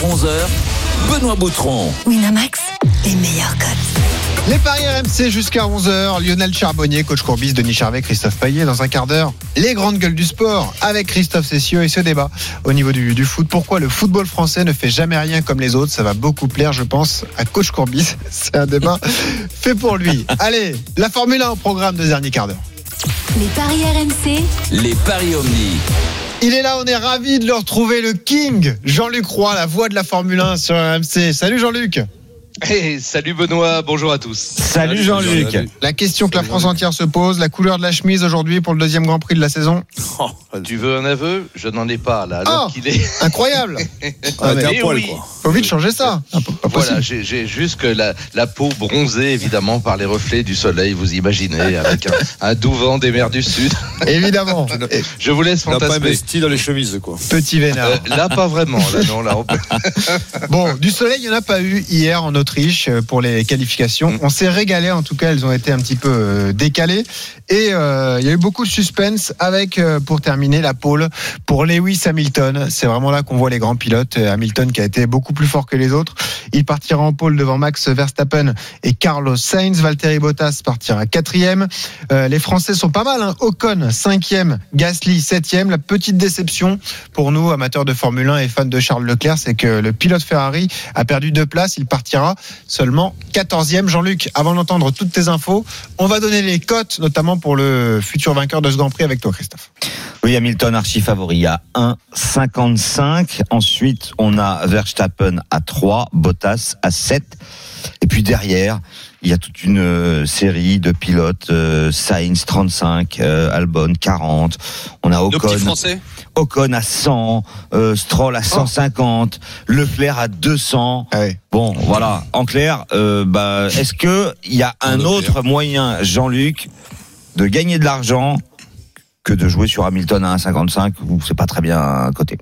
10h-11h. Benoît Boutron. Winamax, les meilleurs codes. Les paris RMC jusqu'à 11h. Lionel Charbonnier, coach Courbis, Denis Charvet, Christophe Payet. Dans un quart d'heure, les grandes gueules du sport avec Christophe Cessieux et ce débat au niveau du foot. Pourquoi le football français ne fait jamais rien comme les autres? Ça va beaucoup plaire, je pense, à coach Courbis. C'est un débat fait pour lui. Allez, la Formule 1 au programme de dernier quart d'heure. Les paris RMC. Les paris Omni. Il est là, on est ravis de le retrouver, le King, Jean-Luc Roy, la voix de la Formule 1 sur RMC. Salut Jean-Luc. Hey, salut Benoît, bonjour à tous. Salut Jean-Luc. Salut. La question que la France entière se pose, la couleur de la chemise aujourd'hui pour le deuxième Grand Prix de la saison. Tu veux un aveu? Je n'en ai pas là, alors qu'il est incroyable. Mais oui. Faut vite changer ça. Voilà, j'ai juste que la peau bronzée évidemment par les reflets du soleil, vous imaginez, avec un doux vent des mers du Sud. Évidemment. Je vous laisse fantasmer. On n'a pas investi dans les chemises, quoi. Petit vénard. Là, pas vraiment. Là, non, là, on peut... Bon, du soleil, il n'y en a pas eu hier en Autriche pour les qualifications. On s'est régalé, en tout cas, elles ont été un petit peu décalées. Et il y a eu beaucoup de suspense avec, pour terminer, la pole pour Lewis Hamilton. C'est vraiment là qu'on voit les grands pilotes. Hamilton qui a été beaucoup plus fort que les autres. Il partira en pole devant Max Verstappen et Carlos Sainz. Valtteri Bottas partira 4e. Les Français sont pas mal, hein. Ocon 5e, Gasly 7e. La petite déception pour nous, amateurs de Formule 1 et fans de Charles Leclerc, c'est que le pilote Ferrari a perdu 2 places. Il partira seulement 14e. Jean-Luc, avant d'entendre toutes tes infos, on va donner les cotes, notamment pour le futur vainqueur de ce Grand Prix avec toi, Christophe. Oui, Hamilton archi favori à 1,55. Ensuite, on a Verstappen à 3, Bottas à 7. Et puis derrière, il y a toute une série de pilotes. Sainz 35, Albon 40. On a Ocon à 100, Stroll à 150, Leclerc à 200. Ah oui. Bon, voilà. En clair, est-ce que il y a un autre moyen, Jean-Luc, de gagner de l'argent que de jouer sur Hamilton à 1,55 ou c'est pas très bien coté?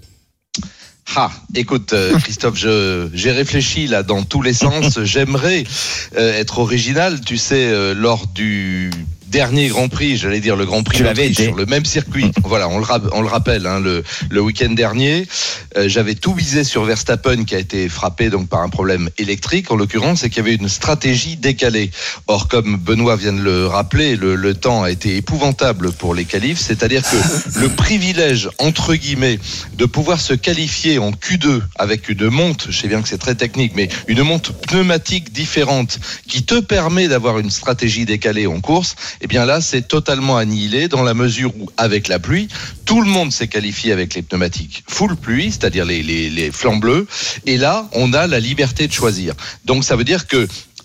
Écoute, Christophe, j'ai réfléchi là dans tous les sens. J'aimerais être original, tu sais, lors du dernier Grand Prix, j'allais dire le Grand Prix d'Autriche, sur le même circuit. Voilà, on le rappelle, hein, le week-end dernier, j'avais tout misé sur Verstappen qui a été frappé donc par un problème électrique en l'occurrence, et qu'il y avait une stratégie décalée. Or, comme Benoît vient de le rappeler, le temps a été épouvantable pour les qualifs, c'est-à-dire que le privilège entre guillemets de pouvoir se qualifier en Q2 avec une monte, je sais bien que c'est très technique, mais une monte pneumatique différente qui te permet d'avoir une stratégie décalée en course, eh bien là, c'est totalement annihilé dans la mesure où, avec la pluie, tout le monde s'est qualifié avec les pneumatiques full pluie, c'est-à-dire les flancs bleus. Et là, on a la liberté de choisir. Donc, ça veut dire que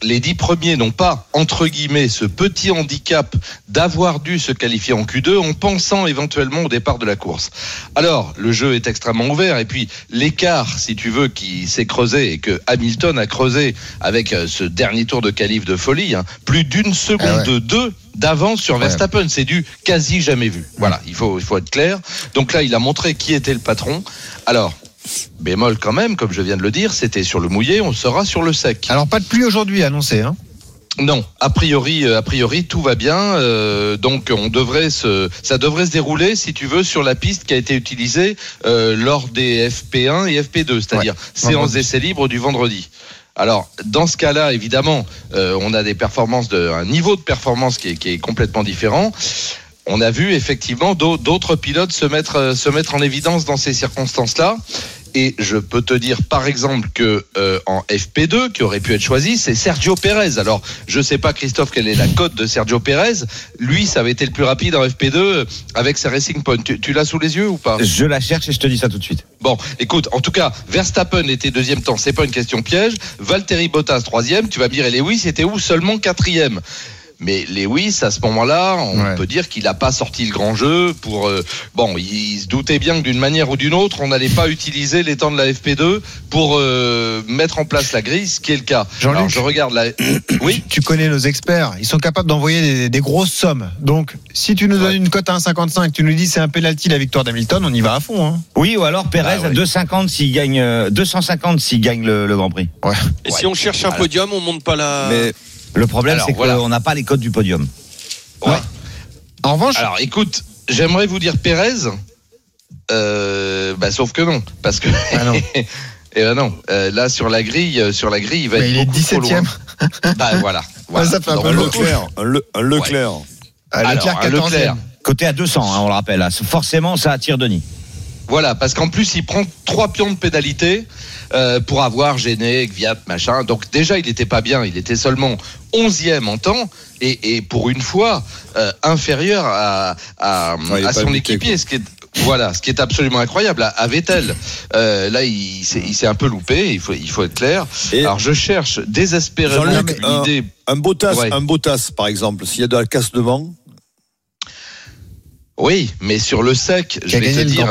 les 10 premiers n'ont pas, entre guillemets, ce petit handicap d'avoir dû se qualifier en Q2 en pensant éventuellement au départ de la course. Alors, le jeu est extrêmement ouvert et puis l'écart, si tu veux, qui s'est creusé et que Hamilton a creusé avec ce dernier tour de qualif de folie, hein, plus d'une seconde de 2 d'avance sur Verstappen, c'est du quasi jamais vu. Voilà, il faut être clair. Donc là, il a montré qui était le patron. Alors, bémol quand même, comme je viens de le dire, c'était sur le mouillé, on sera sur le sec. Alors pas de pluie aujourd'hui annoncé, hein? Non, a priori, tout va bien. Donc, ça devrait se dérouler, si tu veux, sur la piste qui a été utilisée lors des FP1 et FP2, c'est-à-dire séance d'essai libre du vendredi. Alors, dans ce cas-là, évidemment, on a un niveau de performance qui est complètement différent. On a vu effectivement d'autres pilotes se mettre en évidence dans ces circonstances-là. Et je peux te dire, par exemple, que en FP2, qui aurait pu être choisi, c'est Sergio Pérez. Alors, je sais pas, Christophe, quelle est la cote de Sergio Pérez. Lui, ça avait été le plus rapide en FP2 avec sa Racing Point. Tu l'as sous les yeux ou pas? Je la cherche et je te dis ça tout de suite. Bon, écoute, en tout cas, Verstappen était deuxième temps. C'est pas une question piège. Valtteri Bottas, troisième. Tu vas me dire, et Lewis était où? Seulement quatrième. Mais Lewis, à ce moment-là, on peut dire qu'il n'a pas sorti le grand jeu pour. Il se doutait bien que d'une manière ou d'une autre, on n'allait pas utiliser les temps de la FP2 pour mettre en place la grille, ce qui est le cas. Jean-Luc, alors, je regarde la. Oui. Tu connais nos experts, ils sont capables d'envoyer des grosses sommes. Donc, si tu nous donnes une cote à 1,55, tu nous dis c'est un penalty la victoire d'Hamilton, on y va à fond. Hein. Oui, ou alors Pérez à 2,50 s'il gagne 250 s'il gagne le Grand Prix. Ouais. Et si on cherche un podium, on monte pas la. Mais le problème, c'est qu'on n'a pas les codes du podium. Ouais. En revanche. Alors, écoute, j'aimerais vous dire Pérez, sauf que non, parce que. Ah non. Et non, là sur la grille, il va être. Il est 17e. Voilà. Ça fait un peu Leclerc. Un Leclerc. Leclerc 14e. Côté à 200, on le rappelle. Forcément, ça attire Denis. Voilà, parce qu'en plus, il prend 3 pions de pénalité pour avoir gêné, Gviat, machin. Donc déjà, il n'était pas bien. Il était seulement 11e en temps et pour une fois inférieur à son équipier. Ce qui est absolument incroyable. À Vettel, là, il s'est un peu loupé. Il faut être clair. Alors, je cherche désespérément l'idée. Un Bottas, par exemple, s'il y a de la casse devant. Oui, mais sur le sec, je vais te dire.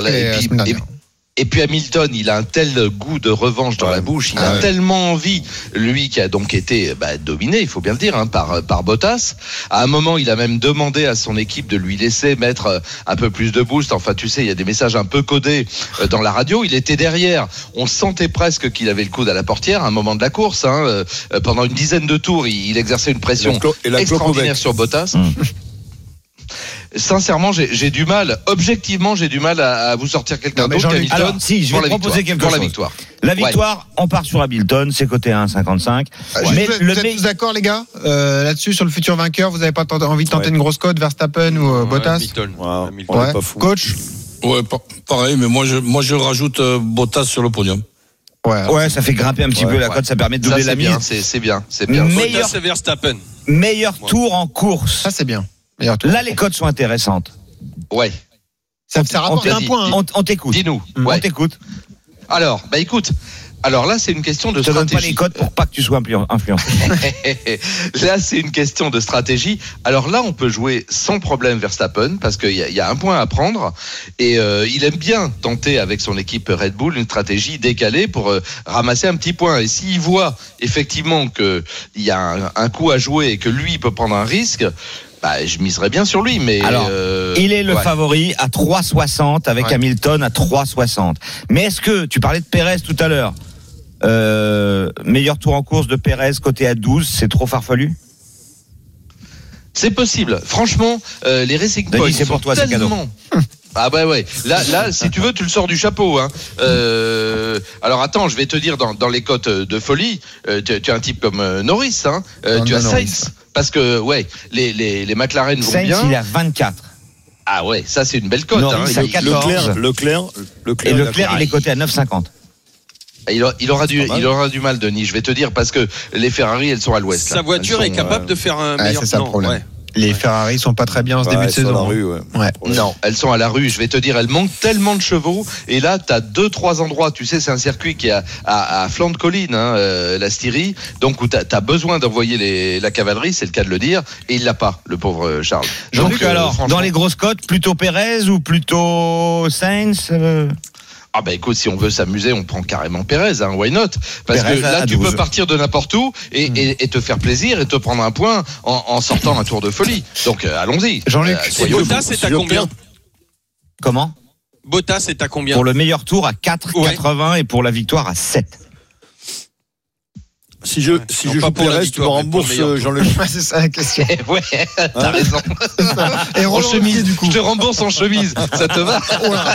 Et puis Hamilton, il a un tel goût de revanche dans la bouche, il a tellement envie, lui qui a donc été dominé, il faut bien le dire, par Bottas. À un moment, il a même demandé à son équipe de lui laisser mettre un peu plus de boost. Enfin, tu sais, il y a des messages un peu codés dans la radio. Il était derrière. On sentait presque qu'il avait le coude à la portière à un moment de la course. Pendant une dizaine de tours, il exerçait une pression extraordinaire sur Bottas. Sincèrement, j'ai du mal. Objectivement, j'ai du mal à vous sortir quelqu'un d'autre qu'Hamilton. Alors, si, je vais proposer quelque chose. La victoire. La victoire, on part sur Hamilton, c'est coté à 1,55. Mais vous êtes tous d'accord, les gars, là-dessus, sur le futur vainqueur, vous n'avez pas envie de tenter une grosse cote, Verstappen ou Bottas? Hamilton. Pas fou. Coach? Ouais, pareil, mais moi je rajoute Bottas sur le podium. Ouais, ça fait grimper un petit peu la cote, ça permet de doubler la mise. C'est bien. Bottas, c'est Verstappen. Meilleur tour en course. Ça, c'est bien. Là, les cotes sont intéressantes. Ouais. Ça rapporte un point. On t'écoute. Dis-nous. On t'écoute. Alors, écoute. Alors là, c'est une question de stratégie. Je te donne pas les cotes pour pas que tu sois influencé. Là, c'est une question de stratégie. Alors là, on peut jouer sans problème Verstappen parce qu'il y a un point à prendre et il aime bien tenter avec son équipe Red Bull une stratégie décalée pour ramasser un petit point. Et s'il voit effectivement qu'il y a un coup à jouer et que lui il peut prendre un risque, je miserais bien sur lui, mais alors, il est le favori à 3,60 avec Hamilton à 3,60. Mais est-ce que tu parlais de Pérez tout à l'heure, meilleur tour en course de Pérez côté à 12, c'est trop farfelu? C'est possible. Franchement, les Racing Points c'est pour toi, tellement... Ah ouais. Là, si tu veux, tu le sors du chapeau. Alors attends, je vais te dire dans les cotes de folie, tu as un type comme Norris, tu as Sainz, parce que les McLaren vont Sainz, bien. Il a 24. Ah ouais, ça c'est une belle cote. Leclerc, et Leclerc, il est coté à 9,50. Il aura du mal, Denis. Je vais te dire parce que les Ferrari, elles sont à l'ouest. Sa voiture est capable de faire un meilleur c'est ça le problème. Les Ferrari sont pas très bien en ce début de saison. Sur la rue, ouais. Non, elles sont à la rue. Je vais te dire, elles manquent tellement de chevaux. Et là, tu as 2-3 endroits. Tu sais, c'est un circuit qui est à flanc de colline, la Styrie. Donc, où tu as besoin d'envoyer la cavalerie, c'est le cas de le dire. Et il l'a pas, le pauvre Charles. Donc, alors, dans les grosses cotes, plutôt Pérez ou plutôt Sainz Ah bah écoute, si on veut s'amuser, on prend carrément Pérez, why not? Parce Pérez que là, tu 12. peux partir de n'importe où et te faire plaisir et te prendre un point en sortant un tour de folie. Donc allons-y. Jean-Luc, Bottas, c'est à combien? Comment Bottas, c'est à combien? Pour le meilleur tour à 4,80 et pour la victoire à 7. Si je joue Pérez, tu me rembourses, Jean-Luc. C'est ça la question. Ouais, t'as raison. Et En Roland chemise, aussi, du coup. je te rembourse en chemise. Ça te va?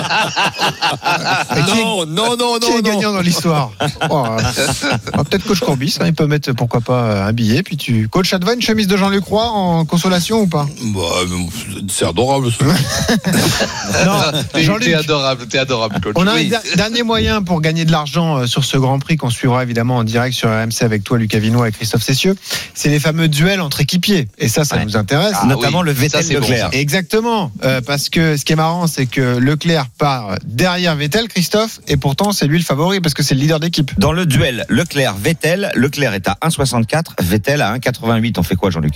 Non. Qui est gagnant dans l'histoire? Peut-être coach Courbis, il peut mettre pourquoi pas un billet. Puis coach Adva, une chemise de Jean-Luc Roy en consolation ou pas? Bah, c'est adorable. Non, T'es adorable, coach. On a Oui. un dernier moyen pour gagner de l'argent sur ce Grand Prix qu'on suivra évidemment en direct sur RMC avec toi, Lucas Vinois et Christophe Cessieux. C'est les fameux duels entre équipiers. Et ça nous intéresse. Notamment le Ça, c'est Vettel-Leclerc. bon, ça. Exactement. Parce que ce qui est marrant, c'est que Leclerc part derrière Vettel, Christophe, et pourtant c'est lui le favori parce que c'est le leader d'équipe. Dans le duel Leclerc-Vettel, Leclerc est à 1,64, Vettel à 1,88. On fait quoi, Jean-Luc?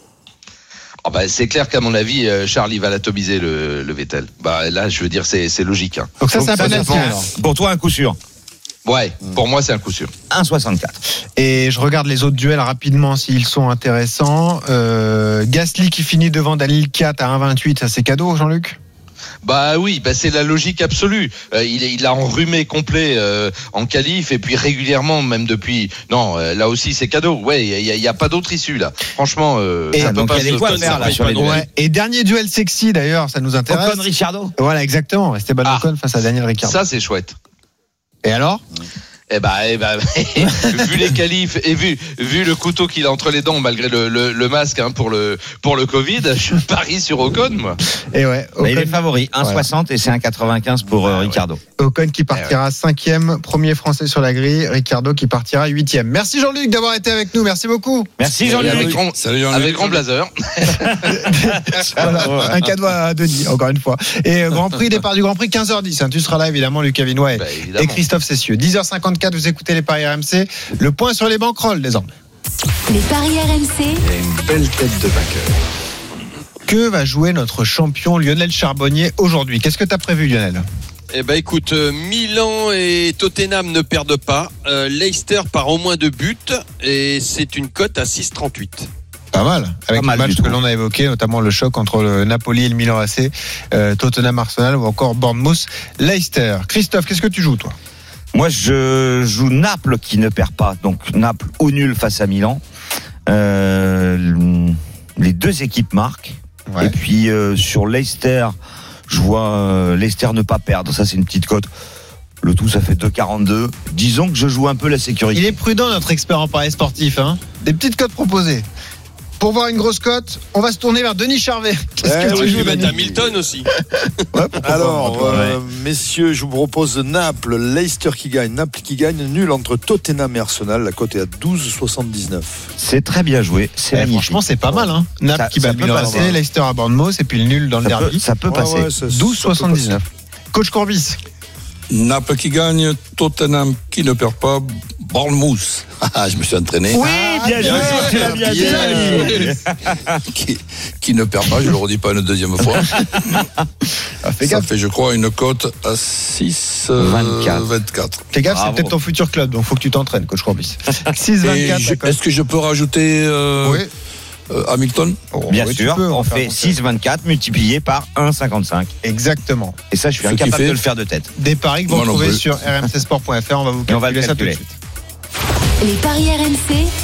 Oh bah, c'est clair qu'à mon avis, Charles, il va l'atomiser le Vettel. Bah, là, je veux dire, c'est logique. Donc ça, c'est un penalty. Pour toi, un coup sûr. Ouais, pour moi, c'est un coup sûr. 1,64. Et je regarde les autres duels rapidement s'ils sont intéressants. Gasly qui finit devant Daniel Kiat à 1,28, ça c'est cadeau, Jean-Luc? Bah oui, c'est la logique absolue. Il a enrhumé complet en qualif et puis régulièrement, même depuis. Non, là aussi c'est cadeau. Ouais, il y a pas d'autre issue là. Franchement, ça peut pas il y a des quoi faire là sur les duels. Ouais. Et dernier duel sexy d'ailleurs, ça nous intéresse. Ocon Ricciardo. Voilà, exactement. Esteban Ocon face à Daniel Ricciardo. Ça c'est chouette. Et alors? Eh ben, vu les qualifs et vu le couteau qu'il a entre les dents malgré le masque pour le Covid, je parie sur Ocon, moi. Et ouais, Ocon, il est favori, 1,60 et c'est 1,95 pour Ricciardo. Ocon qui partira 5e, premier français sur la grille, Ricciardo qui partira 8e. Merci Jean-Luc d'avoir été avec nous, merci beaucoup. Merci Jean-Luc. Avec grand blazer. Voilà, un cadeau à Denis, encore une fois. Et Grand Prix, départ du Grand Prix, 15h10. Tu seras là évidemment, Lucas Vinois et Christophe Cessieux. 10h54, vous écoutez les paris RMC. Le point sur les banquerolles désormais. Les paris RMC. Et une belle tête de vainqueur. Que va jouer notre champion Lionel Charbonnier aujourd'hui? Qu'est-ce que tu as prévu, Lionel? Eh ben écoute, Milan et Tottenham ne perdent pas. Leicester part au moins 2 buts et c'est une cote à 6,38. Pas mal, avec Pas mal le match du que tout. l'on a évoqué, notamment le choc entre le Napoli et le Milan AC, Tottenham Arsenal ou encore Bournemouth Leicester. Christophe, qu'est-ce que tu joues toi? Moi, je joue Naples qui ne perd pas. Donc Naples au nul face à Milan. Les deux équipes marquent. Ouais. Et puis sur Leicester, je vois Leicester ne pas perdre. Ça, c'est une petite cote. Le tout, ça fait 2,42. Disons que je joue un peu la sécurité. Il est prudent, notre expert en paris sportif. Hein. Des petites cotes proposées. Pour voir une grosse cote, on va se tourner vers Denis Charvet. Qu'est-ce que tu Tu joues, peux mettre Denis? Hamilton aussi. Alors, messieurs, je vous propose Naples, Leicester qui gagne, Naples qui gagne, nul entre Tottenham et Arsenal. La cote est à 12,79. C'est très bien joué. C'est magnifique. Franchement, c'est pas mal. Hein. Naples Ça- qui bat ça le peut Milan passer. AC, Leicester à Bournemouth et puis le nul dans le derby. Ça peut passer. 12,79. Coach Courbis. Naples qui gagne, Tottenham qui ne perd pas, Bournemouth. Ah, je me suis entraîné. Oui, bien joué, tu l'as bien dit. Qui ne perd pas, je le redis pas une deuxième fois. Fais Ça gaffe. fait, je crois, une cote à 6,24. Fais gaffe, c'est Bravo. peut-être ton futur club, donc faut que tu t'entraînes, Coach Courbis. Et 6,24. la cote. est-ce que je peux rajouter Oui. Hamilton? Bien Oui, tu sûr, peux, on faire fait monter. 6,24 multiplié par 1,55. Exactement. Et ça, je suis Ce qui incapable fait- de le faire de tête. Des paris que vous Moi non retrouvez plus. sur rmcsport.fr. On va vous Et on va le calculer ça tout de calculer. suite. Les paris RMC.